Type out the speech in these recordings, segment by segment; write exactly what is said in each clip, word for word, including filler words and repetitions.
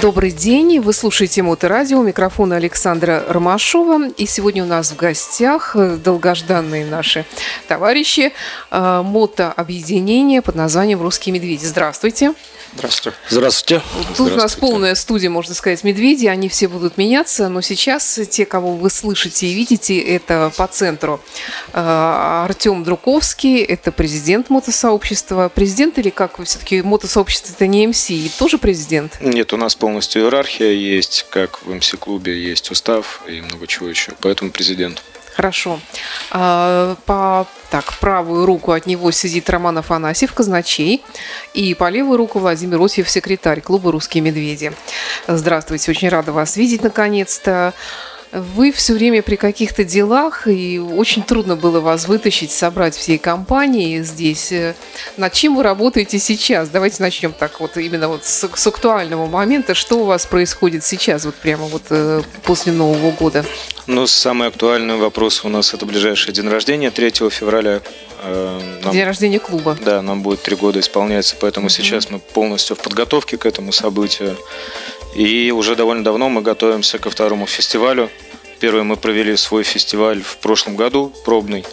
Добрый день, вы слушаете Моторадио, у микрофона Александра Ромашова. И сегодня у нас в гостях долгожданные наши товарищи мотообъединения под названием «Русские медведи». Здравствуйте. Здравствуйте. Здравствуйте. Тут Здравствуйте. у нас полная студия, можно сказать, медведи. Они все будут меняться, но сейчас те, кого вы слышите и видите, это по центру Артем Друковский, это президент мотосообщества. Президент или как вы все-таки, мотосообщество это не эм си, тоже президент? Нет, у нас полностью иерархия есть, как в эм си-клубе есть устав и много чего еще, поэтому президент. Хорошо. По так, правую руку от него сидит Роман Афанасьев, казначей, и по левую руку Владимир Осиев, секретарь клуба «Русские медведи». Здравствуйте, очень рада вас видеть наконец-то. Вы все время при каких-то делах, и очень трудно было вас вытащить, собрать всей компании здесь. Над чем вы работаете сейчас? Давайте начнем так вот именно вот с, с актуального момента. Что у вас происходит сейчас, вот прямо вот э, после Нового года? Ну, самый актуальный вопрос у нас это ближайший день рождения, третьего февраля. Нам, день рождения клуба. Да, нам будет три года исполняется, поэтому mm-hmm. сейчас мы полностью в подготовке к этому событию. И уже довольно давно мы готовимся ко второму фестивалю. Первый мы провели свой фестиваль в прошлом году, пробный.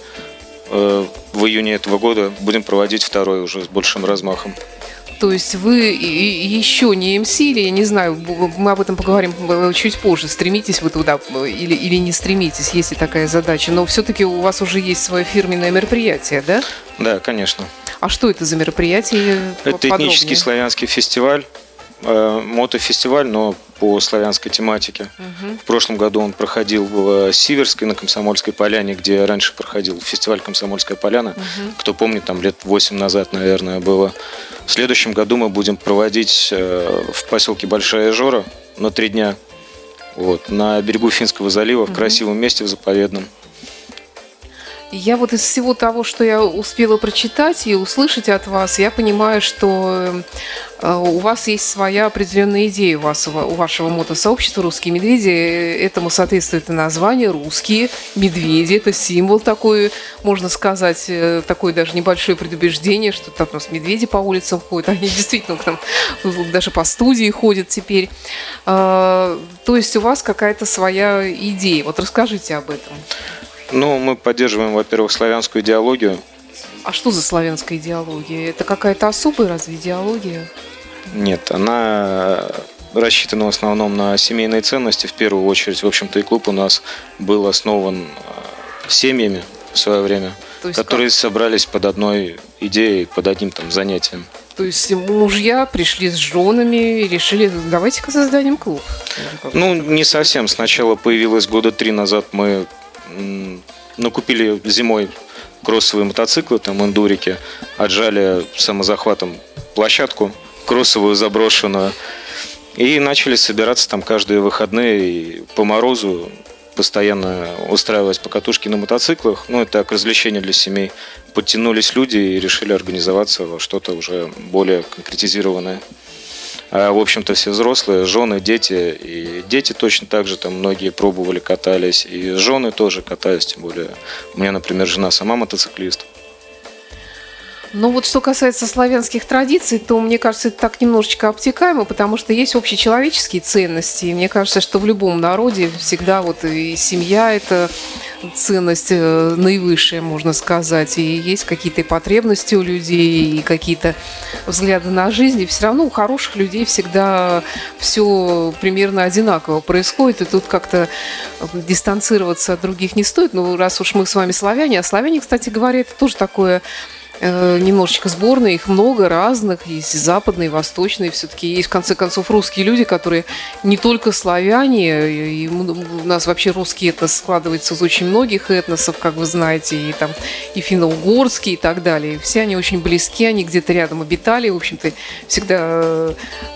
В июне этого года будем проводить второй уже с большим размахом. То есть вы еще не эм си, или, я не знаю, мы об этом поговорим чуть позже, стремитесь вы туда или, или не стремитесь, есть ли такая задача, но все-таки у вас уже есть свое фирменное мероприятие, да? Да, конечно. А что это за мероприятие? Это подробнее? Этнический славянский фестиваль, мотофестиваль, но по славянской тематике. Угу. В прошлом году он проходил в Сиверской на Комсомольской поляне, где раньше проходил фестиваль «Комсомольская поляна». Угу. Кто помнит, там лет восемь назад, наверное, было. В следующем году мы будем проводить в поселке Большая Жора на три дня. Вот, на берегу Финского залива, в красивом месте, в заповедном. Я вот из всего того, что я успела прочитать и услышать от вас, я понимаю, что у вас есть своя определенная идея у, вас, у вашего мотосообщества «Русские медведи». Этому соответствует и название «Русские медведи». Это символ такой, можно сказать, такое даже небольшое предубеждение, что там у нас медведи по улицам ходят. Они действительно там даже по студии ходят теперь. То есть у вас какая-то своя идея. Вот расскажите об этом. Ну, мы поддерживаем, во-первых, славянскую идеологию. А что за славянская идеология? Это какая-то особая разве идеология? Нет, она рассчитана в основном на семейные ценности. В первую очередь, в общем-то, и клуб у нас был основан семьями в свое время, которые как? собрались под одной идеей, под одним там занятием. То есть мужья пришли с женами и решили, давайте-ка создадим клуб. Ну, не совсем. Сначала появилось года три назад, мы накупили зимой кроссовые мотоциклы, там эндурики, отжали самозахватом площадку кроссовую заброшенную и начали собираться там каждые выходные и по морозу постоянно устраивать покатушки на мотоциклах. Ну, это так, развлечение для семей. Подтянулись люди и решили организоваться во что-то уже более конкретизированное. А, в общем-то, все взрослые, жены, дети. И дети точно так же, там многие пробовали, катались. И жены тоже катались, тем более. У меня, например, жена сама мотоциклист. Ну вот что касается славянских традиций, то, мне кажется, это так немножечко обтекаемо, потому что есть общечеловеческие ценности. И мне кажется, что в любом народе всегда вот и семья – это ценность наивысшая, можно сказать. И есть какие-то потребности у людей, и какие-то взгляды на жизнь. И все равно у хороших людей всегда все примерно одинаково происходит. И тут как-то дистанцироваться от других не стоит. Ну, раз уж мы с вами славяне. А славяне, кстати говоря, это тоже такое немножечко сборные, их много разных, есть западные, восточные, все-таки есть, в конце концов, русские люди, которые не только славяне, и у нас вообще русский этнос складывается из очень многих этносов, как вы знаете, и там и финно-угорский и так далее. Все они очень близки, они где-то рядом обитали, в общем-то, всегда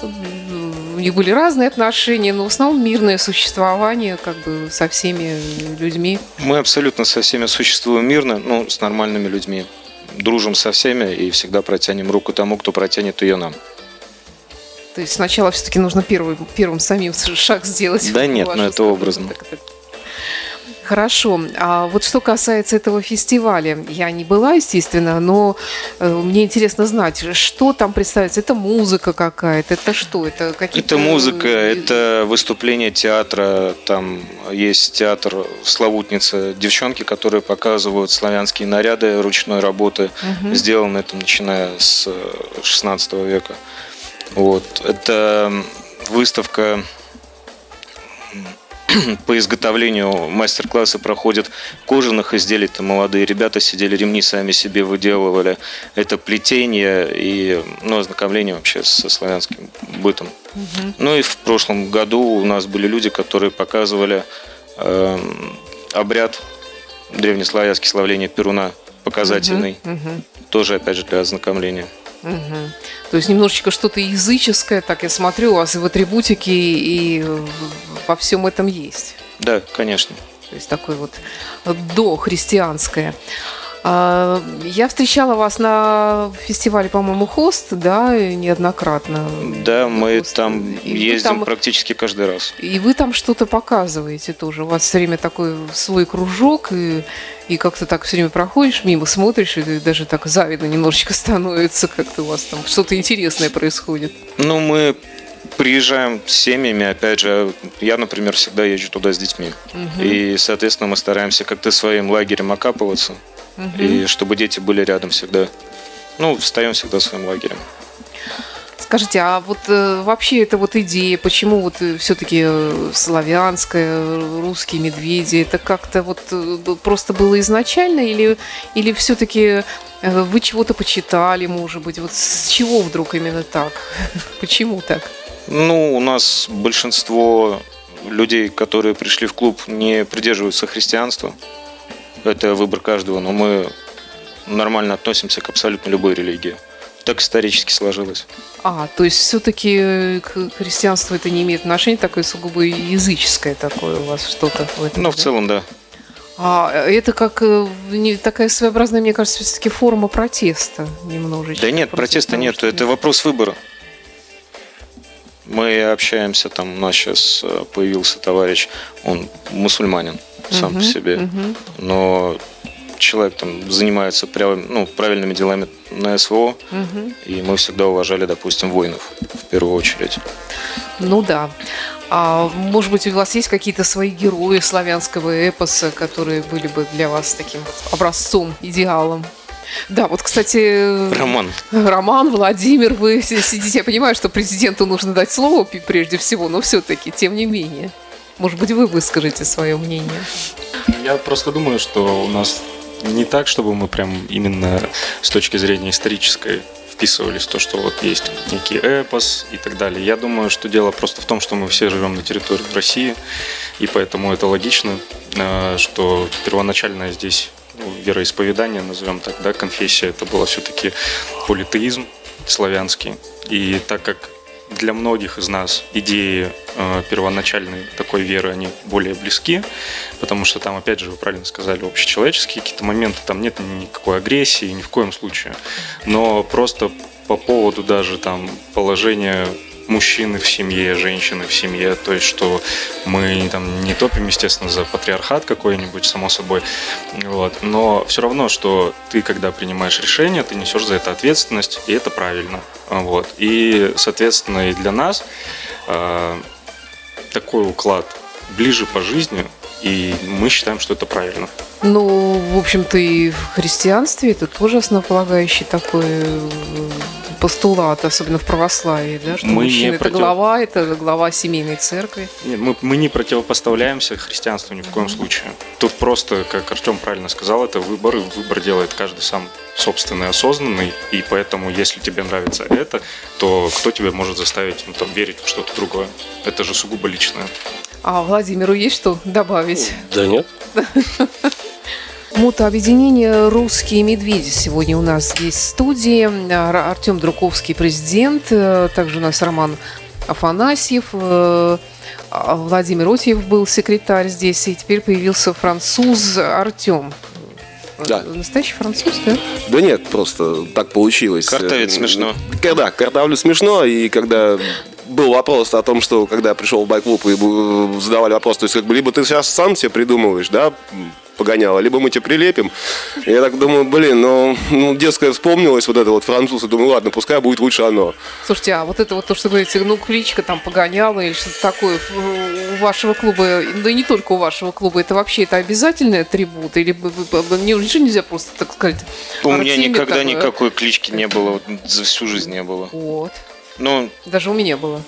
у них были разные отношения, но в основном мирное существование как бы со всеми людьми. Мы абсолютно со всеми существуем мирно, ну, с нормальными людьми. Дружим со всеми и всегда протянем руку тому, кто протянет ее нам. То есть сначала все-таки нужно первым, первым самим шаг сделать. Да нет, но это образно. Хорошо. А вот что касается этого фестиваля, я не была, естественно, но э, мне интересно знать, что там представляется. Это музыка какая-то, это что? Это какие-то... Это музыка, это выступление театра. Там есть театр в Славутнице. Девчонки, которые показывают славянские наряды ручной работы, угу. сделанные там, начиная с шестнадцатого века. Вот. Это выставка по изготовлению, мастер-классы проходят кожаных изделий. Там молодые ребята сидели, ремни сами себе выделывали. Это плетение и ну, ознакомление вообще со славянским бытом. Угу. Ну и в прошлом году у нас были люди, которые показывали э, обряд древнеславянский славления Перуна, показательный. Угу. Угу. Тоже, опять же, для ознакомления. Угу. То есть немножечко что-то языческое, так я смотрю, у вас и в атрибутике, и во всем этом есть. Да, конечно. То есть такое вот дохристианское. Я встречала вас на фестивале, по-моему, Хост, да, неоднократно. Да, мы Хост. там и ездим там, практически каждый раз. И вы там что-то показываете тоже. У вас все время такой свой кружок, и, и как-то так все время проходишь, мимо смотришь, и даже так завидно немножечко становится, как-то у вас там что-то интересное происходит. Ну, мы приезжаем с семьями, опять же, я, например, всегда езжу туда с детьми. Угу. И, соответственно, мы стараемся как-то своим лагерем окапываться. Угу. И чтобы дети были рядом всегда. Ну, встаем всегда своим лагерем. Скажите, а вот э, вообще эта вот идея, почему вот э, все-таки э, славянская, русские медведи, это как-то вот э, просто было изначально, или, или все-таки э, вы чего-то почитали, может быть, вот с чего вдруг именно так? Почему так? Ну, у нас большинство людей, которые пришли в клуб, не придерживаются христианства. Это выбор каждого, но мы нормально относимся к абсолютно любой религии. Так исторически сложилось. А, то есть все-таки к христианству это не имеет отношения, такое сугубо языческое такое у вас что-то в этом? Ну, в да? целом, да. А это как такая своеобразная, мне кажется, все-таки форма протеста немножечко. Да нет, протеста того, нет, это вопрос выбора. Мы общаемся, там у нас сейчас появился товарищ, он мусульманин сам uh-huh, по себе, uh-huh. но человек там занимается ну, правильными делами на СВО, uh-huh. и мы всегда уважали, допустим, воинов в первую очередь. Ну да. А может быть, у вас есть какие-то свои герои славянского эпоса, которые были бы для вас таким вот образцом, идеалом? Да, вот, кстати... Роман. Роман, Владимир, вы сидите. Я понимаю, что президенту нужно дать слово прежде всего, но все-таки, тем не менее. Может быть, вы выскажете свое мнение? Я просто думаю, что у нас не так, чтобы мы прям именно с точки зрения исторической вписывались в то, что вот есть некий эпос и так далее. Я думаю, что дело просто в том, что мы все живем на территории России, и поэтому это логично, что первоначальное здесь ну, вероисповедание, назовем так, да, конфессия, это было все-таки политеизм славянский. И так как для многих из нас идеи э, первоначальной такой веры, они более близки, потому что там, опять же, вы правильно сказали, общечеловеческие какие-то моменты, там нет никакой агрессии, ни в коем случае. Но просто по поводу даже там положения мужчины в семье, женщины в семье, то есть что мы там не топим, естественно, за патриархат какой-нибудь, само собой, вот. Но все равно, что ты, когда принимаешь решение, ты несешь за это ответственность, и это правильно, вот. И, соответственно, и для нас э, такой уклад ближе по жизни, и мы считаем, что это правильно. Ну, в общем-то, и в христианстве это тоже основополагающий такой постулат, особенно в православии, да, что мы мужчина – это против... глава, это глава семейной церкви. Нет, мы, мы не противопоставляемся христианству ни в коем mm-hmm. случае. Тут просто, как Артем правильно сказал, это выбор, и выбор делает каждый сам собственный, осознанный, и поэтому, если тебе нравится это, то кто тебя может заставить ну, там, верить в что-то другое? Это же сугубо личное. А Владимиру есть что добавить? Да нет. Мотообъединение «Русские медведи» сегодня у нас здесь в студии. Артем Друковский, президент. Также у нас Роман Афанасьев. Владимир Отьев был секретарь здесь. И теперь появился француз Артем. Да. Настоящий француз, да? Да нет, просто так получилось. Картавить смешно. Да, картавлю смешно. И когда был вопрос о том, что когда я пришел в байк-клуб и задавали вопрос, то есть как бы либо ты сейчас сам себе придумываешь, да, погоняло, либо мы тебе прилепим. И я так думаю, блин, ну, ну детское вспомнилось, вот это вот француз, и думаю, ладно, пускай будет лучше оно. Слушайте, а вот это вот то, что вы говорите, ну, кличка там погоняла или что-то такое у вашего клуба, да и не только у вашего клуба, это вообще это обязательный атрибут? Или ничего нельзя просто, так сказать, У меня Артемий никогда такой, никакой клички не было, вот за всю жизнь не было. Вот. Ну, Даже у меня было.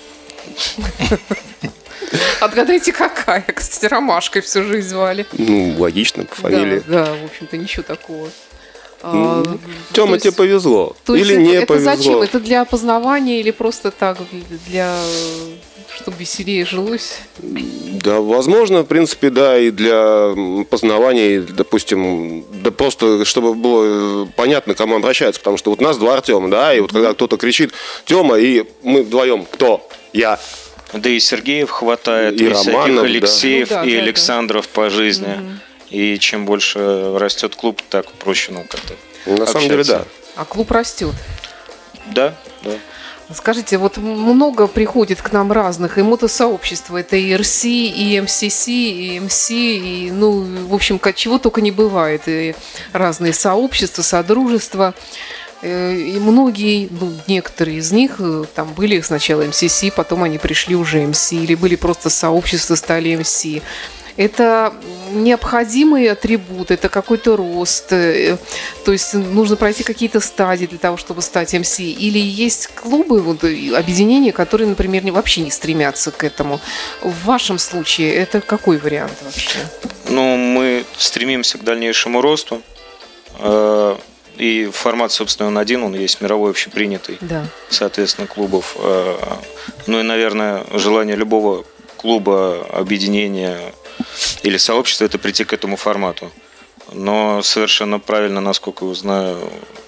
Отгадайте, какая? Кстати, Ромашкой всю жизнь звали. Ну, логично, по фамилии. Да, да, в общем-то, ничего такого. А, Тёма, то тебе есть- повезло. То есть Или это, не это повезло. зачем? Это для опознавания или просто так, для чтобы веселее жилось? Да, возможно, в принципе, да, и для познавания, и, допустим, да просто, чтобы было понятно, к кому обращаться, потому что вот нас два Артема, да, и вот когда кто-то кричит «Тёма», и мы вдвоем «Кто?» «Я». да и Сергеев хватает, И и, всяких Романов, да. Алексеев, Ну да, и да, да. Александров по жизни. И чем больше растет клуб, так проще, ну, как-то На самом деле, да. общаться. А клуб растет. Да, да. Скажите, вот много приходит к нам разных и мотосообществ. Это и эр си, и эм си си, и эм си, и, ну, в общем, как- чего только не бывает. И разные сообщества, содружества. Э, И многие, ну, некоторые из них э, там были сначала эм си си, потом они пришли уже эм си, или были просто сообщества, стали эм си. Это необходимый атрибут, это какой-то рост, э, то есть нужно пройти какие-то стадии для того, чтобы стать эм си. Или есть клубы, вот, и объединения, которые, например, не- вообще не стремятся к этому. В вашем случае это какой вариант вообще? Ну, мы стремимся к дальнейшему росту. Э, И формат, собственно, он один, он есть мировой общепринятый, Да. соответственно, клубов. Э, Ну и, наверное, желание любого клуба, объединения или сообщества – это прийти к этому формату. Но совершенно правильно, насколько я знаю,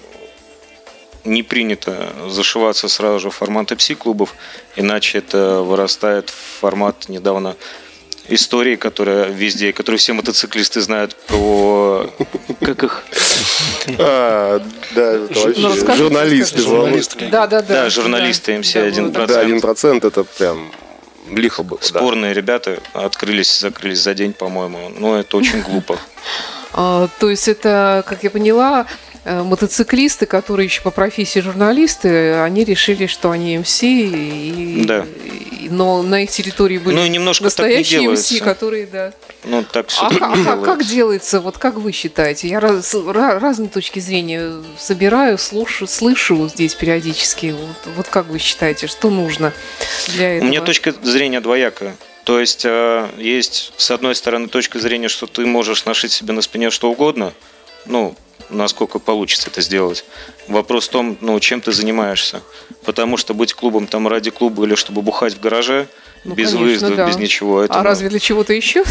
не принято зашиваться сразу же в формат эм си-клубов, иначе это вырастает в формат недавно истории, которая везде, которую все мотоциклисты знают про... Как их? А, да, это Ну, вообще расскажите, журналисты. расскажите. Журналистки. Да, да, да. Да, журналисты эм си один было, Да, один процент это прям лихо было. Да. Спорные ребята открылись, закрылись за день, по-моему. Но это очень глупо. А, то есть это, как я поняла, э, мотоциклисты, которые еще по профессии журналисты, они решили, что они эм си, и, Да. и- но на их территории были Ну, и немножко так не настоящие эм си, делается. которые, да. Ну, так А, все-таки ка- а как, как делается, вот как вы считаете? Я раз- ра- разные точки зрения собираю, слушаю, слышу здесь периодически. Вот, вот как вы считаете, что нужно для У этого? меня точка зрения двоякая. То есть э, есть, с одной стороны, точка зрения, что ты можешь нашить себе на спине что угодно, ну, насколько получится это сделать. Вопрос в том, ну, чем ты занимаешься. Потому что быть клубом там ради клуба или чтобы бухать в гараже, Ну, без конечно, выездов, да. без ничего, это А ну, разве для чего-то еще?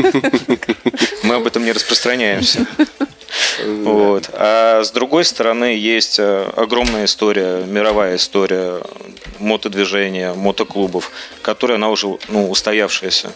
мы об этом не распространяемся. Вот. А с другой стороны, есть э, огромная история, мировая история мотодвижения, мотоклубов, которая, она уже ну, устоявшаяся.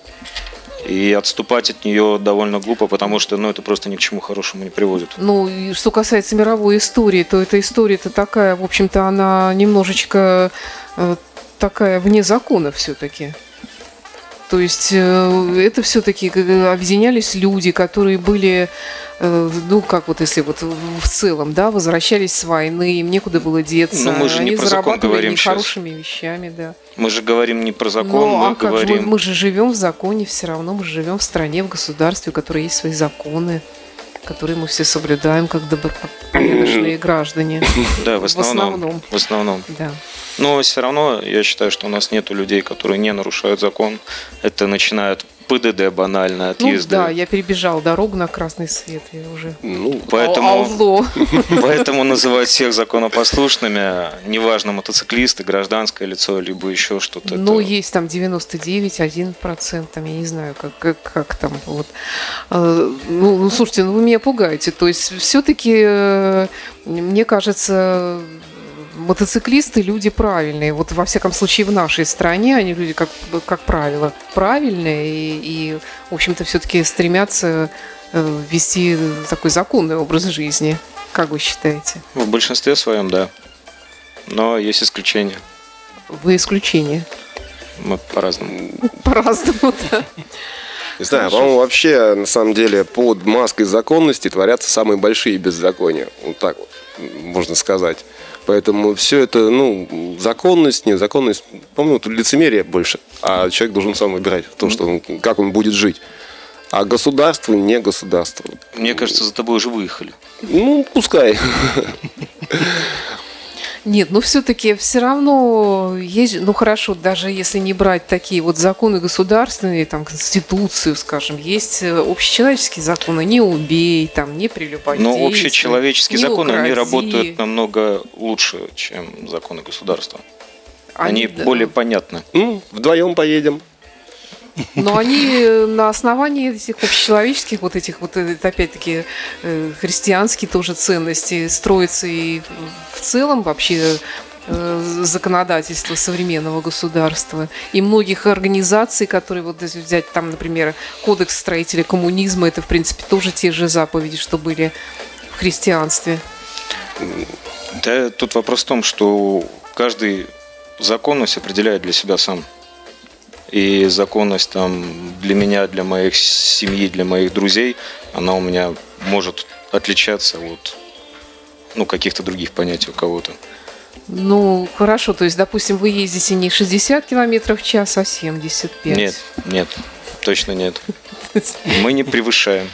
И отступать от нее довольно глупо, потому что ну, это просто ни к чему хорошему не приводит. Ну, и что касается мировой истории, то эта история-то такая, в общем-то, она немножечко э, такая вне закона все-таки. То есть э, это все-таки объединялись люди, которые были, э, ну, как вот если вот в целом, да, возвращались с войны, им некуда было деться. Но мы же не Они про закон зарабатывали говорим щас. нехорошими вещами, да. Мы же говорим не про закон, Ну, мы а как же, говорим... мы, мы же живем в законе все равно, мы же живем в стране, в государстве, у которой есть свои законы, которые мы все соблюдаем как добропорядочные граждане. Да, в В основном. основном. В основном. Да. Но все равно я считаю, что у нас нету людей, которые не нарушают закон. Это начинает ПДД банально, Ну отъезды. да, я перебежал дорогу на красный свет, я уже... Ну, Поэтому, Алло. поэтому называют всех законопослушными, неважно, мотоциклисты, гражданское лицо, либо еще что-то. Ну, Это- есть там девяносто девять, один процент, там, я не знаю, как, как, как там, вот. А, Ну, ну, слушайте, ну вы меня пугаете. То есть все-таки, мне кажется, мотоциклисты люди правильные. Вот во всяком случае в нашей стране они люди, как, как правило, правильные и, и в общем-то, все-таки стремятся э, вести такой законный образ жизни. Как вы считаете? В большинстве своем, да. Но есть исключения. вы исключение? Мы по-разному. По-разному, да. Не знаю, по-моему, вообще, на самом деле, под маской законности творятся самые большие беззакония. Вот так вот, можно сказать. Поэтому все это, ну, законность, незаконность, по-моему, тут лицемерие больше. А человек должен сам выбирать то, что он, как он будет жить. А государство не государство. Мне кажется, за тобой уже выехали. Ну, пускай. Нет, ну все-таки все равно есть, ну хорошо, даже если не брать такие вот законы государственные, там, конституцию, скажем, есть общечеловеческие законы, не убей, там, не прелюбодействуй. Но общечеловеческие не законы, они укради. работают намного лучше, чем законы государства. Они, Они, да. более понятны. Ну, вдвоем поедем. Но они на основании этих общечеловеческих, вот этих вот, это опять-таки, э, христианские тоже ценности строятся и в целом вообще э, законодательство современного государства. И многих организаций, которые, вот если взять там, например, Кодекс строителя коммунизма, это, в принципе, тоже те же заповеди, что были в христианстве. Да, тут вопрос в том, что каждый законность определяет для себя сам. И законность там для меня, для моих семьи, для моих друзей, она у меня может отличаться от, ну, каких-то других понятий у кого-то. Ну, хорошо, то есть, допустим, вы ездите не шестьдесят километров в час, а семьдесят пять. Нет, нет, точно нет. Мы не превышаем.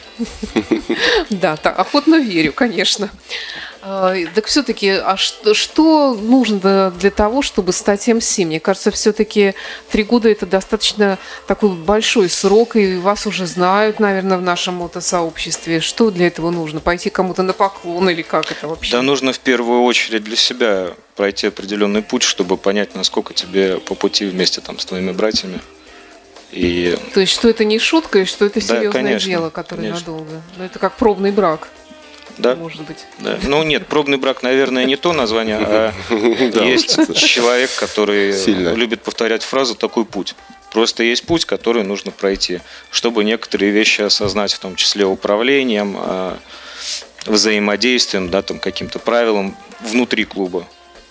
Да, так, охотно верю, конечно. А, так все-таки, а что, что нужно для того, чтобы стать эм си? Мне кажется, все-таки три года это достаточно такой большой срок, и вас уже знают, наверное, в нашем мотосообществе. Что для этого нужно? Пойти кому-то на поклон или как это вообще? Да, нужно в первую очередь для себя пройти определенный путь, чтобы понять, насколько тебе по пути вместе там с твоими братьями. И... То есть, что это не шутка, и что это Да, серьезное конечно, дело, которое конечно. надолго. Ну, это как пробный брак, Да, может быть. да. Ну нет, пробный брак, наверное, не то название, а есть человек, который Сильно. любит повторять фразу «такой путь». Просто есть путь, который нужно пройти, чтобы некоторые вещи осознать, в том числе управлением, а, взаимодействием, да, там, каким-то правилам внутри клуба.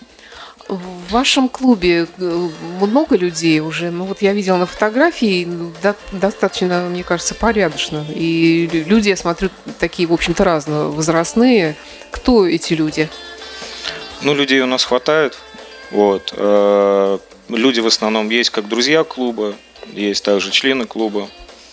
В вашем клубе э, много людей уже? Ну вот я видела на фотографии, ну, да- достаточно, мне кажется, порядочно. И лю- люди, я смотрю, такие, в общем-то, разновозрастные. Кто эти люди? Ну, людей у нас хватает. Вот. Э, Люди в основном есть как друзья клуба, есть также члены клуба.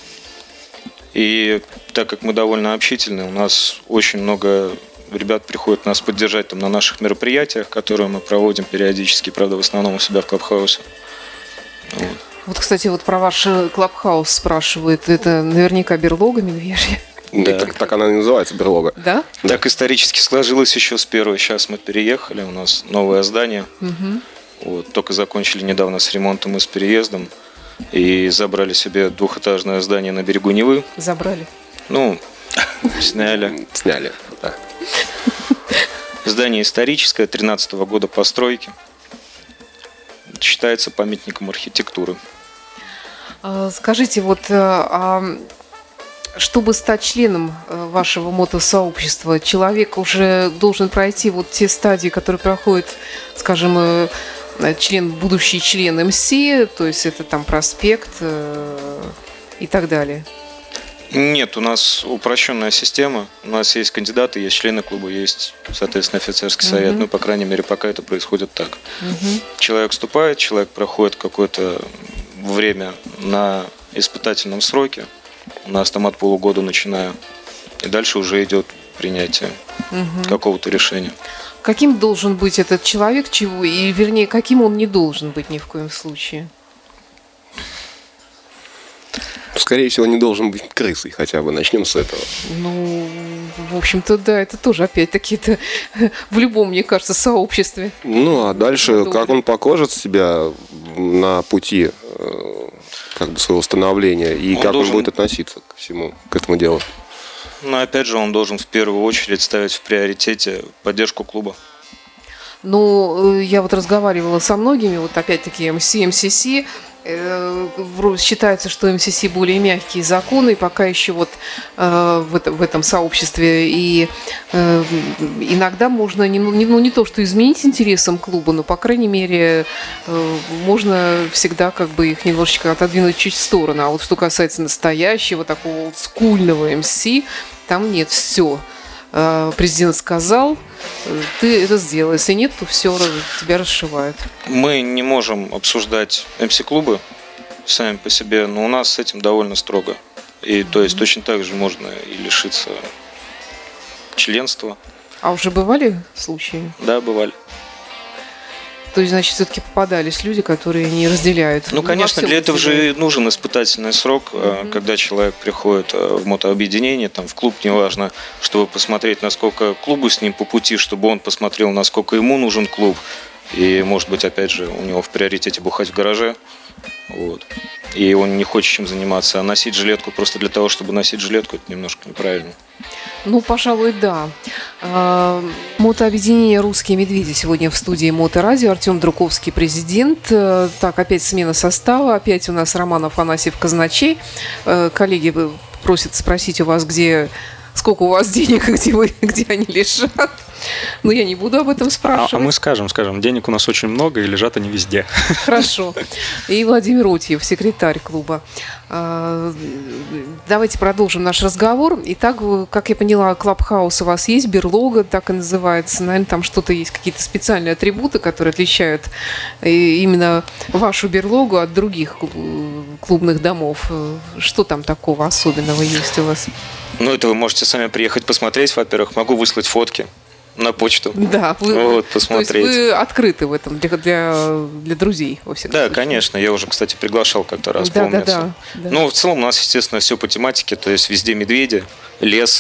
И так как мы довольно общительны, у нас очень много ребят приходят нас поддержать там на наших мероприятиях, которые мы проводим периодически, правда, в основном у себя в Клабхаусе. Вот. Вот, кстати, вот про ваш э, клабхаус спрашивают. Это наверняка берлога медвежья, Да. Так, так она и называется, берлога. да? Так исторически сложилось еще с первой. Сейчас мы переехали, у нас новое здание. Мгм. Вот, только закончили недавно с ремонтом и с переездом. И забрали себе двухэтажное здание на берегу Невы. Забрали. Ну, сняли. Сняли. Да. Здание историческое, тринадцатого года постройки. Считается памятником архитектуры. А, Скажите, вот, э, а чтобы стать членом э, вашего мотосообщества, человек уже должен пройти вот те стадии, которые проходит, скажем, э, член, будущий член эм си, то есть это там проспект э, и так далее. Нет, у нас упрощенная система. У нас есть кандидаты, есть члены клуба, есть, соответственно, офицерский совет. Мгм. Ну, по крайней мере, пока это происходит так. Мгм. Человек вступает, человек проходит какое-то время на испытательном сроке. У нас там от полугода начиная. И дальше уже идет принятие Мгм. какого-то решения. Каким должен быть этот человек, чего, и вернее, каким он не должен быть ни в коем случае? Скорее всего, не должен быть крысой хотя бы. Начнем с этого. Ну, в общем-то, да, это тоже, опять-таки, это в любом, мне кажется, сообществе. Ну, а дальше, Добрый. как он покажет себя на пути э, как бы своего становления и Он как должен- он будет относиться ко всему, к этому делу. Но опять же, он должен в первую очередь ставить в приоритете поддержку клуба. Ну, э, я вот разговаривала со многими, вот опять-таки эм си, эм си си, Э, вро- Считается, что эм эс эс более мягкие законы, и пока еще вот э, в, это- в этом сообществе. И э, иногда можно не, ну, не, ну, не то, что изменить интересам клуба, но, по крайней мере, э, можно всегда как бы их немножечко отодвинуть чуть в сторону. А вот что касается настоящего, такого олдскульного эм эс эс, там нет, все. Президент сказал, э, ты это сделай. Если нет, то все, тебя расшивают. Мы не можем обсуждать эм си-клубы сами по себе, но у нас с этим довольно строго. И то есть точно так же можно и лишиться членства. А уже бывали случаи? Да, бывали. То есть, значит, все-таки попадались люди, которые не разделяют. Ну, во конечно, всем для этого разделяют. же нужен испытательный срок, э, когда человек приходит э, в мотообъединение, там, в клуб, неважно, чтобы посмотреть, насколько клубу с ним по пути, чтобы он посмотрел, насколько ему нужен клуб. И, может быть, опять же, у него в приоритете бухать в гараже. Вот. И он не хочет чем заниматься. А носить жилетку просто для того, чтобы носить жилетку, это немножко неправильно. Ну, пожалуй, да. А, Мотообъединение «Русские медведи» сегодня в студии Моторадио. Артем Друковский, президент. Э, Так, опять смена состава. Опять у нас Роман Афанасьев, казначей. Э, Коллеги просят спросить у вас, где... Сколько у вас денег, и где, вы, где они лежат. Но я не буду об этом А, спрашивать. а мы скажем, скажем, денег у нас очень много, и лежат они везде. Хорошо. И Владимир Утьев, секретарь клуба. А, Давайте продолжим наш разговор. Итак, как я поняла, Клабхаус у вас есть, берлога, так и называется. Наверное, там что-то есть, какие-то специальные атрибуты, которые отличают э, именно вашу берлогу от других клу- клубных домов. Что там такого особенного есть у вас? Ну, это вы можете сами приехать посмотреть, во-первых. Могу выслать фотки на почту. Да, вы, Вот, то посмотреть. есть вы открыты в этом для, для, для друзей, во всяком Да, случае. конечно. Я уже, кстати, приглашал как-то раз, Да, да, помнится. да, да. Ну, в целом у нас, естественно, все по тематике. То есть везде медведи, лес.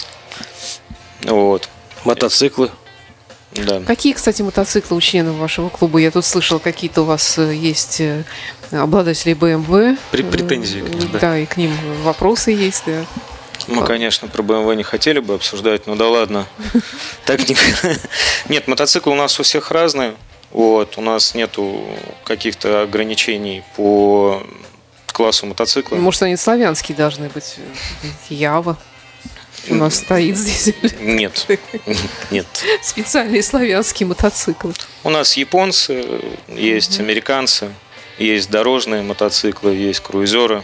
Вот. Мотоциклы. Да. Какие, кстати, мотоциклы у членов вашего клуба? Я тут слышала, какие-то у вас э, есть э, обладатели бэ эм вэ. При- претензии к ним, да. Да, и к ним вопросы есть, да. Мы, конечно, про бэ эм вэ не хотели бы обсуждать, но да ладно. Так не... Нет, мотоциклы у нас у всех разные. Вот, у нас нету каких-то ограничений по классу мотоцикла. Может, они славянские должны быть? Ява у нас стоит здесь. Нет, нет. Специальные славянские мотоциклы. У нас японцы, есть американцы, есть дорожные мотоциклы, есть круизеры.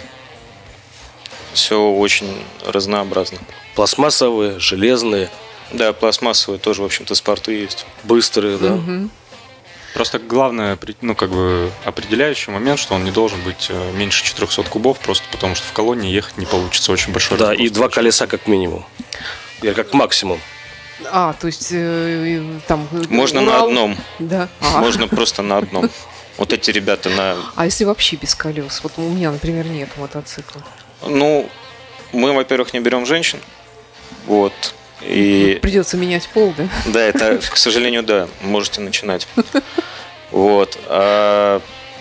Все очень разнообразно. Пластмассовые, железные, Да, пластмассовые тоже, в общем-то, спорты есть. быстрые, да. Мгм. Просто главное, ну, как бы определяющий момент, что он не должен быть э, меньше четырехсот кубов, просто потому что в колонне ехать не получится. Очень большой Да, разброс и два получается. колеса как минимум. Или как максимум. А, то есть э, э, там... э, Можно на Урал. одном, Да. А. можно просто на одном. Вот эти ребята на... А если вообще без колес? Вот у меня, например, нет мотоцикла. Ну, мы, во-первых, не берем женщин. Вот. И Придется менять пол, да? да, это, к сожалению, да, можете начинать. Вот. А...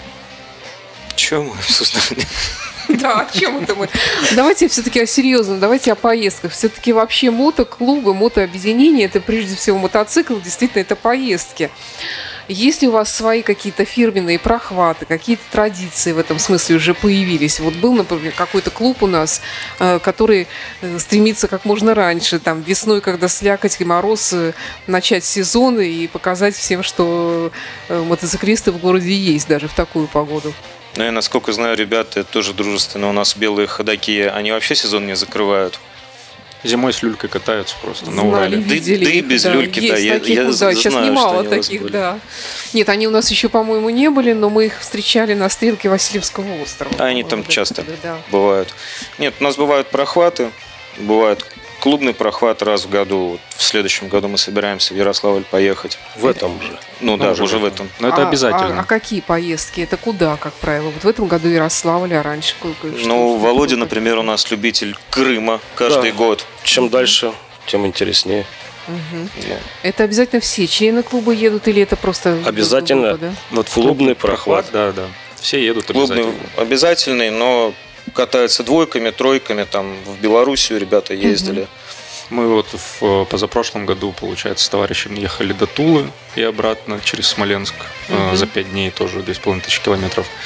Чем мы обсуждали? Да, о чем это мы? Давайте все-таки о серьезном, давайте о поездках. Все-таки вообще мотоклубы, мотообъединения, это прежде всего мотоцикл, действительно, это поездки. Есть ли у вас свои какие-то фирменные прохваты, какие-то традиции в этом смысле уже появились? Вот был, например, какой-то клуб у нас, э, который э, стремится как можно раньше, там, весной, когда слякоть и мороз, э, начать сезон и показать всем, что э, мотоциклисты в городе есть даже в такую погоду. Ну, я, насколько знаю, ребята тоже дружественные. У нас белые ходаки, они вообще сезон не закрывают. Зимой с люлькой катаются просто на Знали, Урале. Да и- видели да и их, без люльки, да, есть я- такие, я да, знаю, сейчас что немало они у вас таких, были. да. Нет, они у нас еще, по-моему, не были, но мы их встречали на стрелке Васильевского острова. А они по-моему, там да, часто да, да. бывают. Нет, у нас бывают прохваты, бывают клубный прохват раз в году. Вот в следующем году мы собираемся в Ярославль поехать. В этом же. Ну, Ну, да, уже уже в в этом. этом. Но это А- обязательно. А, а какие поездки? Это куда, как правило? Вот в этом году Ярославль, а раньше? ко- ко- что- Ну, что Володя, такое? например, у нас любитель Крыма каждый Да. год. Чем дальше, тем интереснее. Мгм. Да. Это обязательно все члены клуба едут или это просто Обязательно. группа, да? Вот в Клубный клубный прохват. Да, да. Все едут Клубный обязательно. обязательный, но катаются двойками, тройками. Там в Белоруссию ребята ездили. Мы вот в э, позапрошлом году, получается, с товарищем ехали до Тулы и обратно через Смоленск э, Мгм. за пять дней тоже две с половиной тысячи километров.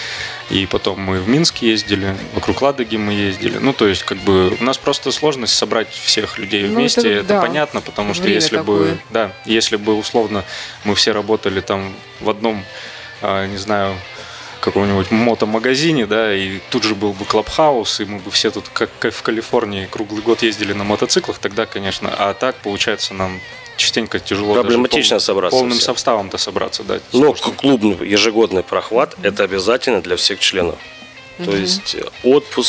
И потом мы в Минск ездили, вокруг Ладоги мы ездили. Ну, то есть, как бы, у нас просто сложность собрать всех людей Ну, вместе, это- это, да. понятно, потому что Время если такое. бы, да, если бы, условно, мы все работали там в одном, а, не знаю, каком-нибудь мотомагазине, да, и тут же был бы клабхаус, и мы бы все тут, как, как в Калифорнии, круглый год ездили на мотоциклах, тогда, конечно, а так, получается, нам частенько тяжело Проблематично даже пол- собраться полным всем. составом-то собраться, да. Но Что- клубный ежегодный прохват – это обязательно для всех членов. То есть э, отпуск,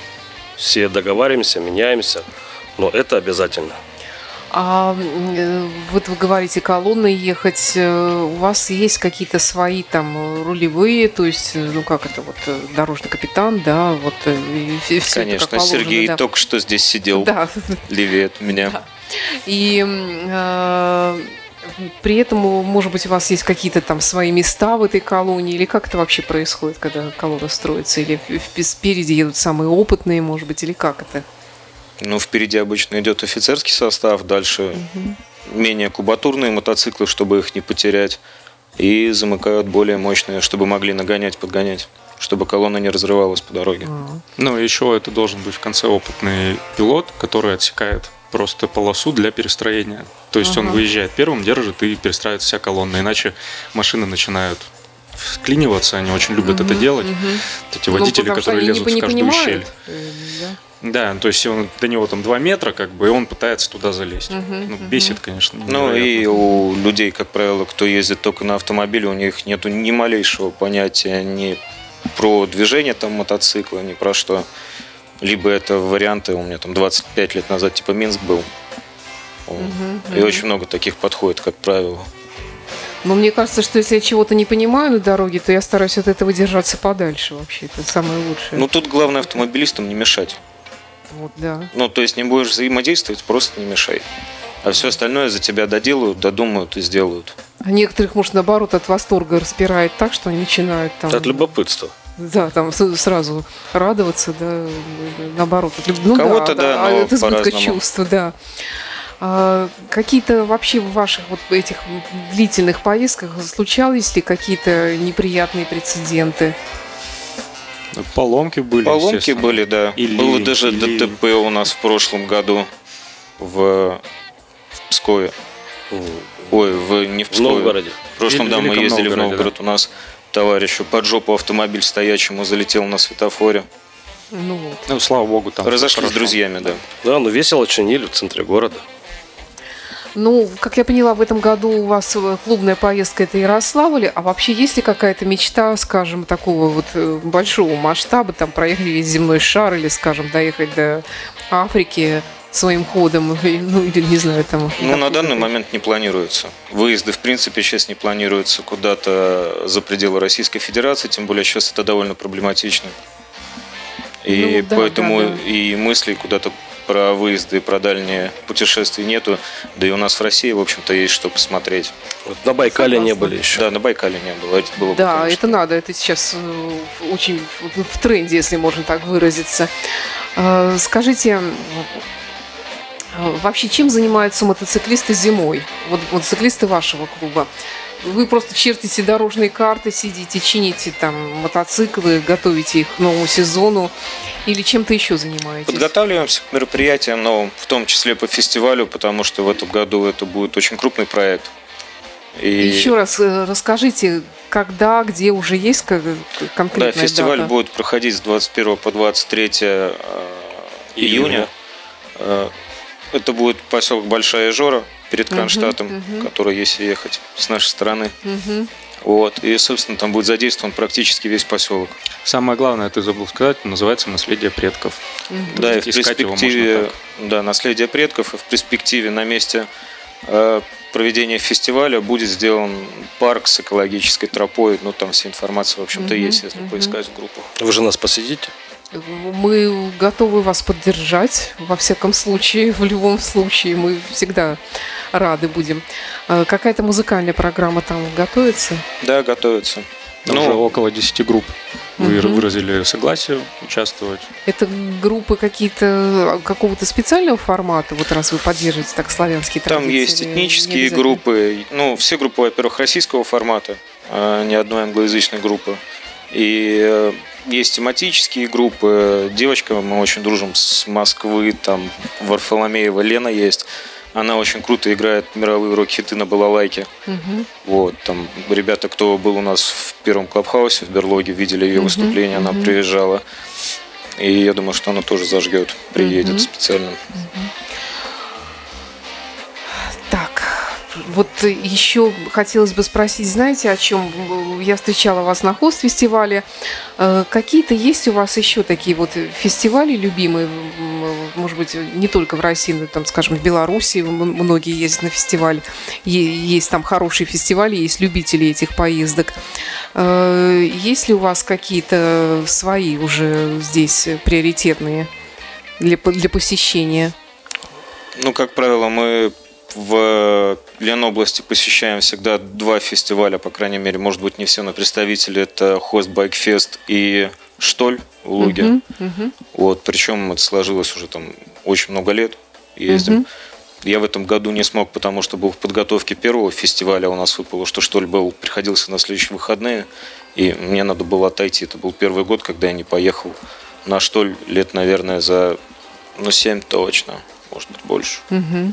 все договариваемся, меняемся, но это обязательно. А э, вот вы говорите, колонной ехать, э, у вас есть какие-то свои там э, рулевые, то есть, э, ну как это, вот э, дорожный капитан, да, вот э, и все это как Конечно, положено, Сергей да. только что здесь сидел, Да, левее от меня. и м, э, при этом, может быть, у вас есть какие-то там свои места в этой колонии, или как это вообще происходит, когда колонна строится, или в- в- спереди едут самые опытные, может быть, или как это? Ну, впереди обычно идет офицерский состав, дальше менее кубатурные мотоциклы, чтобы их не потерять, и замыкают более мощные, чтобы могли нагонять, подгонять, чтобы колонна не разрывалась по дороге. Ну, еще это должен быть в конце опытный пилот, который отсекает просто полосу для перестроения. То есть он Ага. выезжает первым, держит и перестраивает вся колонна. Иначе машины начинают вклиниваться, они очень любят это делать. Эти водители, Ну, потому что которые они лезут не, в не каждую понимают, щель. э, да. Да, то есть он, до него там два метра, как бы, и он пытается туда залезть. Ну, бесит, конечно. Ну и невероятно. у людей, как правило, кто ездит только на автомобиле, у них нету ни малейшего понятия ни про движение там мотоцикла, ни про что. Либо это варианты, у меня там двадцать пять лет назад типа Минск был. Вот. И очень много таких подходит, как правило. Но мне кажется, что если я чего-то не понимаю на дороге, то я стараюсь от этого держаться подальше вообще. Это самое лучшее. Ну тут главное автомобилистам не мешать. Вот, да. Ну, то есть не будешь взаимодействовать, просто не мешай. А все остальное за тебя доделают, додумают и сделают. А некоторых, может, наоборот, от восторга распирает так, что они начинают там... От любопытства. Да, там с- сразу радоваться, да, наоборот. от люб- Ну, Кого-то, да, а но от избытка по-разному. чувств, да. А какие-то вообще в ваших вот этих длительных поездках случались ли какие-то неприятные прецеденты? Поломки были, Поломки естественно. были, да. Или- Было даже или- ДТП у нас в прошлом году в, в Пскове. Ой, в, не в В Пскове. Новгороде. В прошлом, В да, мы Великом ездили в Новгороде, Новгород. У нас товарищу под жопу автомобиль стоячему залетел на светофоре. Ну вот. Ну, слава богу, там всё Разошлись с хорошо. друзьями, да. Да, ну весело чинили в центре города. Ну, как я поняла, в этом году у вас э, клубная поездка это Ярославль, а вообще есть ли какая-то мечта, скажем, такого вот э, большого масштаба, там проехать весь земной шар или, скажем, доехать до Африки своим ходом, и, ну, или не знаю, там... Ну, на такого- данный момент не планируется. Выезды, в принципе, сейчас не планируются куда-то за пределы Российской Федерации, тем более сейчас это довольно проблематично. И Ну, да, поэтому да, да. и мыслей куда-то про выезды и про дальние путешествия нету. Да и у нас в России, в общем-то, есть что посмотреть. Вот на Байкале не Согласна. были еще. Да, на Байкале не было. Это было бы, Да, конечно. это надо, это сейчас э, очень в- в тренде, если можно так выразиться. Э, Скажите, э, вообще чем занимаются мотоциклисты зимой? Вот мотоциклисты вашего клуба. Вы просто чертите дорожные карты, сидите, чините там мотоциклы, готовите их к новому сезону или чем-то еще занимаетесь? Подготавливаемся к мероприятиям новым, в том числе по фестивалю, потому что в этом году это будет очень крупный проект. И Еще раз э, расскажите, когда, где уже есть как- да, конкретная фестиваль дата? будет проходить с двадцать первого по двадцать третье э, июня. Э, Это будет поселок Большая Жора перед Кронштадтом, который, если ехать с нашей стороны. Мгм. Вот. И, собственно, там будет задействован практически весь поселок. Самое главное, ты забыл сказать, называется «Наследие предков». Да, и в Искать его можно перспективе, так. да, наследие предков, и в перспективе на месте э, проведения фестиваля будет сделан парк с экологической тропой. Ну, там вся информация, в общем-то, есть, если поискать в группах. Вы же нас посетите? Мы готовы вас поддержать, во всяком случае, в любом случае, мы всегда рады будем. А какая-то музыкальная программа там готовится? Да, готовится. Уже Ну, около десяти групп вы- Мгм. выразили согласие участвовать. Это группы какие-то какого-то специального формата, вот раз вы поддерживаете так славянские там традиции? есть или не этнические обязательно? группы. Ну, все группы, во-первых, российского формата, а не одной англоязычной группы. И э, есть тематические группы. Девочка, мы очень дружим с Москвы, там Варфоломеева Лена есть. Она очень круто играет мировые рок-хиты на балалайке. Мгм. Вот, там ребята, кто был у нас в первом клабхаусе в Берлоге, видели ее выступление, она приезжала. И я думаю, что она тоже зажгет, приедет Мгм. специально. Так, вот еще хотелось бы спросить, знаете, о чем? Я встречала вас на хост-фестивале. Э, Какие-то есть у вас еще такие вот фестивали любимые? М, Может быть, не только в России, но там, скажем, в Беларуси м- многие ездят на фестиваль. Е- Есть там хорошие фестивали, есть любители этих поездок. Э, Есть ли у вас какие-то свои уже здесь приоритетные для, по- для посещения? Ну, как правило, мы в Ленобласти посещаем всегда два фестиваля, по крайней мере, может быть, не все, но представители. Это Хост Байкфест и Штоль в Луге. Мгм, мгм. Вот, причем это сложилось уже там очень много лет. Ездим. Мгм. Я в этом году не смог, потому что был в подготовке первого фестиваля. У нас выпало, что Штоль был, приходился на следующие выходные. И мне надо было отойти. Это был первый год, когда я не поехал на Штоль лет, наверное, за ну, семь точно, может быть, больше. Мгм.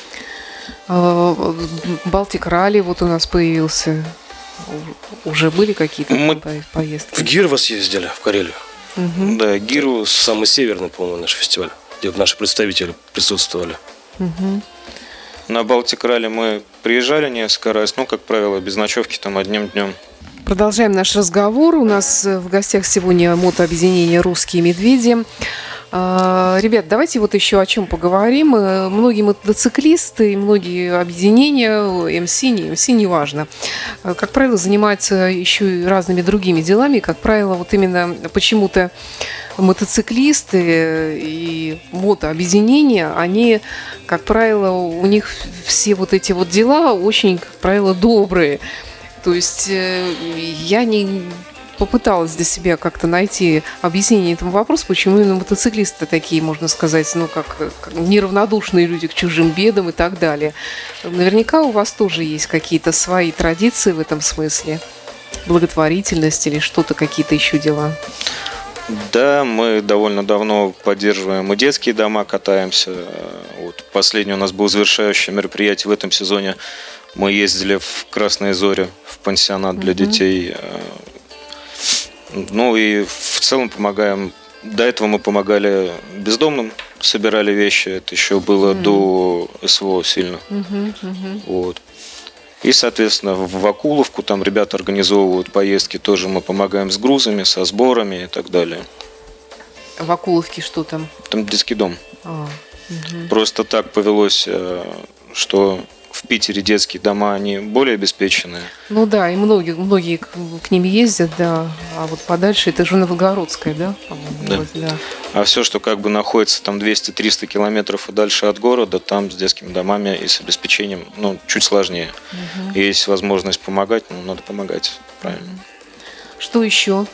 А, Балтик Ралли вот у нас появился. У- Уже были какие-то Мы- по- поездки? В Гирвас ездили, в Карелию. Мгм. Да, Гирус. Самый северный, по-моему, наш фестиваль, где наши представители присутствовали. Мгм. На Балтик Ралли мы приезжали несколько раз, ну, как правило, без ночевки, там, одним днем. Продолжаем наш разговор. У нас э, в гостях сегодня мотообъединение «Русские медведи». А, Ребят, давайте вот еще о чем поговорим. Э, Многие мотоциклисты и многие объединения, эм си, не эм си, неважно, э, как правило, занимаются еще и разными другими делами. Как правило, вот именно почему-то мотоциклисты и мотообъединения, они, как правило, у них все вот эти вот дела очень, как правило, добрые. То есть э, я не попыталась для себя как-то найти объяснение этому вопросу, почему именно мотоциклисты такие, можно сказать, ну, как, как неравнодушные люди к чужим бедам и так далее. Наверняка у вас тоже есть какие-то свои традиции в этом смысле, благотворительность или что-то, какие-то еще дела. Да, мы довольно давно поддерживаем и детские дома, катаемся. Вот последнее у нас было завершающее мероприятие в этом сезоне. Мы ездили в Красные Зори, в пансионат для детей. Ну и в целом помогаем. До этого мы помогали бездомным, собирали вещи. Это еще было Мгм. до СВО сильно. Мгм, мгм. Вот. И, соответственно, в Вакуловку там ребята организовывают поездки. Тоже мы помогаем с грузами, со сборами и так далее. В Акуловке что там? Там детский дом. А, мгм. Просто так повелось, э, что в Питере детские дома, они более обеспеченные. Ну да, и многие, многие к, к ним ездят, да. А вот подальше это же Новгородская, да, по-моему, Да. вроде, да. А все, что как бы находится там двести-триста километров и дальше от города, там с детскими домами и с обеспечением, ну, чуть сложнее. Мгм. И есть возможность помогать, ну, надо помогать, правильно. Что еще?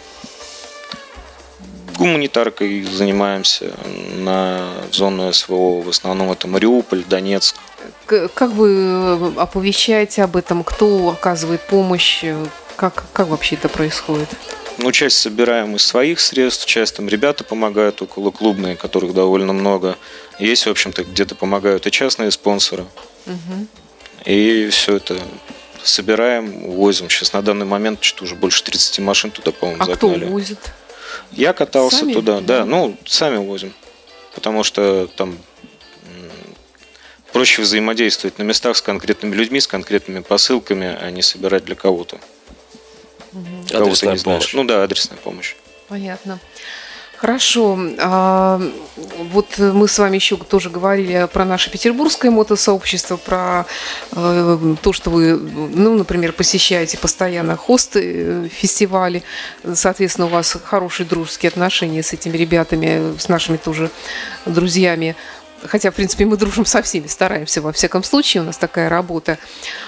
Гуманитаркой занимаемся на зону СВО. В основном это Мариуполь, Донецк. К- Как вы оповещаете об этом? Кто оказывает помощь? Как, как вообще это происходит? Ну, часть собираем из своих средств, часть там ребята помогают около клубные, которых довольно много. Есть, в общем-то, где-то помогают и частные спонсоры. Мгм. И все это собираем, увозим. Сейчас на данный момент что-то уже больше тридцати машин туда, по-моему, А кто загнали. возит? Я катался Сами? туда, да, Да. ну, сами возим. Потому что там м, проще взаимодействовать на местах с конкретными людьми, с конкретными посылками, а не собирать для кого-то. Кого-то Адресная не знаешь. помощь. Ну да, адресная помощь. Понятно. Хорошо. А, вот мы с вами еще тоже говорили про наше петербургское мотосообщество, про э, то, что вы, ну, например, посещаете постоянно хосты, э, фестивали. Соответственно, у вас хорошие дружеские отношения с этими ребятами, с нашими тоже друзьями. Хотя, в принципе, мы дружим со всеми, стараемся во всяком случае, у нас такая работа.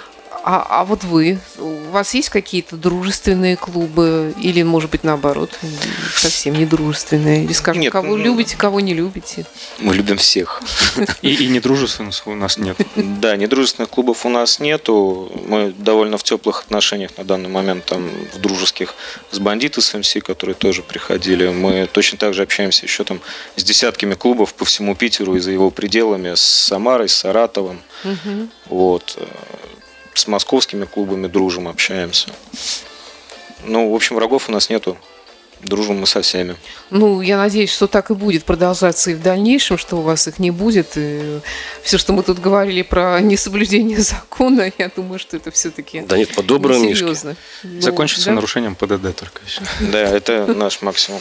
А, а вот вы, у вас есть какие-то дружественные клубы или, может быть, наоборот, совсем не дружественные? Или, скажем, Нет, кого ну, любите, кого не любите? Мы любим всех. И, и недружественных у нас нет. Да, недружественных клубов у нас нету. Мы довольно в теплых отношениях на данный момент, там, в дружеских с бандиты с МС, которые тоже приходили. Мы точно так же общаемся еще там с десятками клубов по всему Питеру и за его пределами, с Самарой, с Саратовым. Угу. Вот. С московскими клубами дружим, общаемся. Ну, в общем, врагов у нас нету. Дружим мы со всеми. Ну, я надеюсь, что так и будет продолжаться и в дальнейшем, что у вас их не будет. И все, что мы тут говорили про несоблюдение закона, я думаю, что это все-таки Да нет, по-доброму, Мишки. серьезно. Ну, Закончится да? нарушением ПДД только еще. Да, это наш максимум.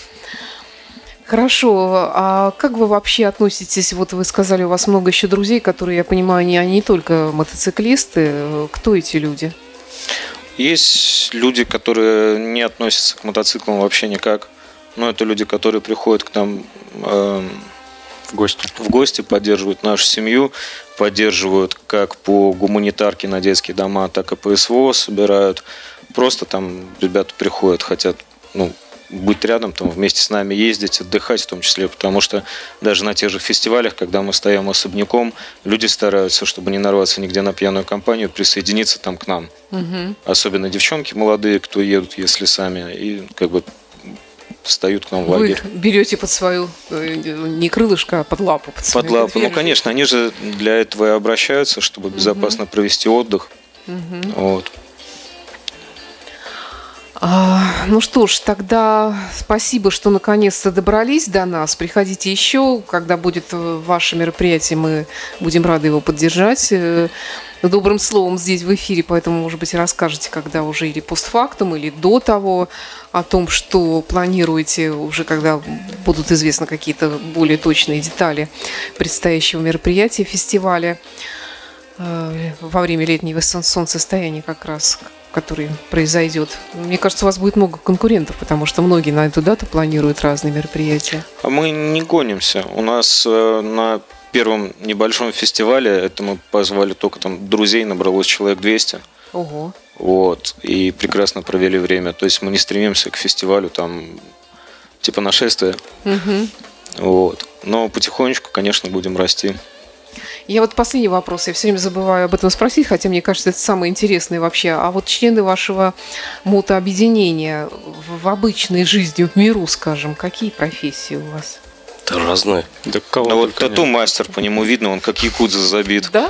Хорошо. А как вы вообще относитесь? Вот вы сказали, у вас много еще друзей, которые, я понимаю, не, они не только мотоциклисты. Кто эти люди? Есть люди, которые не относятся к мотоциклам вообще никак. Но это люди, которые приходят к нам э, В гости. в гости, поддерживают нашу семью, поддерживают как по гуманитарке на детские дома, так и по СВО собирают. Просто там ребята приходят, хотят, ну, быть рядом, там, вместе с нами ездить, отдыхать в том числе, потому что даже на тех же фестивалях, когда мы стоим особняком, люди стараются, чтобы не нарваться нигде на пьяную компанию, присоединиться там к нам. Угу. Особенно девчонки молодые, кто едут, если сами, и как бы встают к нам в Вы лагерь. их берете под свою, э, не крылышко, а под лапу. Под, свою Под лапу. Ну, держите. конечно, они же для этого и обращаются, чтобы безопасно провести отдых. Мгм. Вот. А, ну что ж, тогда спасибо, что наконец-то добрались до нас. Приходите еще, когда будет э, ваше мероприятие, мы будем рады его поддержать э, добрым словом здесь в эфире, поэтому, может быть, расскажете, когда уже или постфактум, или до того, о том, что планируете уже, когда будут известны какие-то более точные детали предстоящего мероприятия, фестиваля э, во время летнего сон- солнцестояния как раз, который произойдет. Мне кажется, у вас будет много конкурентов, потому что многие на эту дату планируют разные мероприятия. А мы не гонимся. У нас э, на первом небольшом фестивале, это мы позвали только там друзей, набралось человек двести. Ого. Вот. И прекрасно провели время. То есть мы не стремимся к фестивалю там типа нашествия. Мгм. Вот. Но потихонечку, конечно, будем расти. Я вот последний вопрос, я все время забываю об этом спросить, хотя мне кажется, это самое интересное вообще. А вот члены вашего мотообъединения в в обычной жизни, в миру, скажем, какие профессии у вас? Это разное. Да кого Ну вот только нет. тату-мастер, по нему видно, он как якудза забит. Да?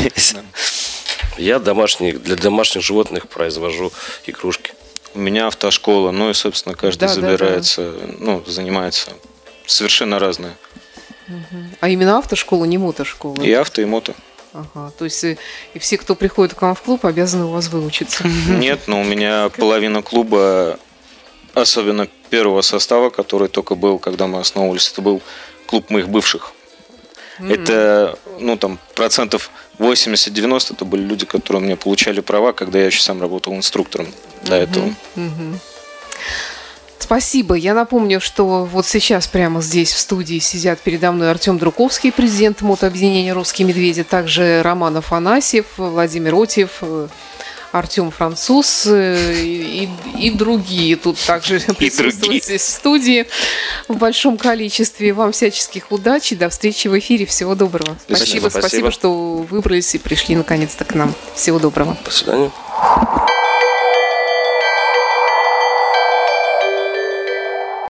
Я домашний, для домашних животных произвожу игрушки. У меня автошкола, ну и, собственно, каждый Да, да, забирается, ну, занимается совершенно разное. А именно автошкола, не мотошкола? И авто, и мото. Ага, то есть и, и все, кто приходит к вам в клуб, обязаны у вас выучиться. Нет, но у меня половина клуба, особенно первого состава, который только был, когда мы основывались, это был клуб моих бывших. Это, ну, там, процентов восемьдесят-девяносто это были люди, которые у меня получали права, когда я еще сам работал инструктором до этого. Мгм. Спасибо. Я напомню, что вот сейчас прямо здесь в студии сидят передо мной Артем Друковский, президент мотообъединения «Русские медведи», также Роман Афанасьев, Владимир Отьев, э, Артем Француз э, и, и другие тут также присутствуют другие. здесь в студии в большом количестве. Вам всяческих удач и до встречи в эфире. Всего доброго. Спасибо, Спасибо, спасибо, спасибо. что выбрались и пришли наконец-то к нам. Всего доброго. До свидания.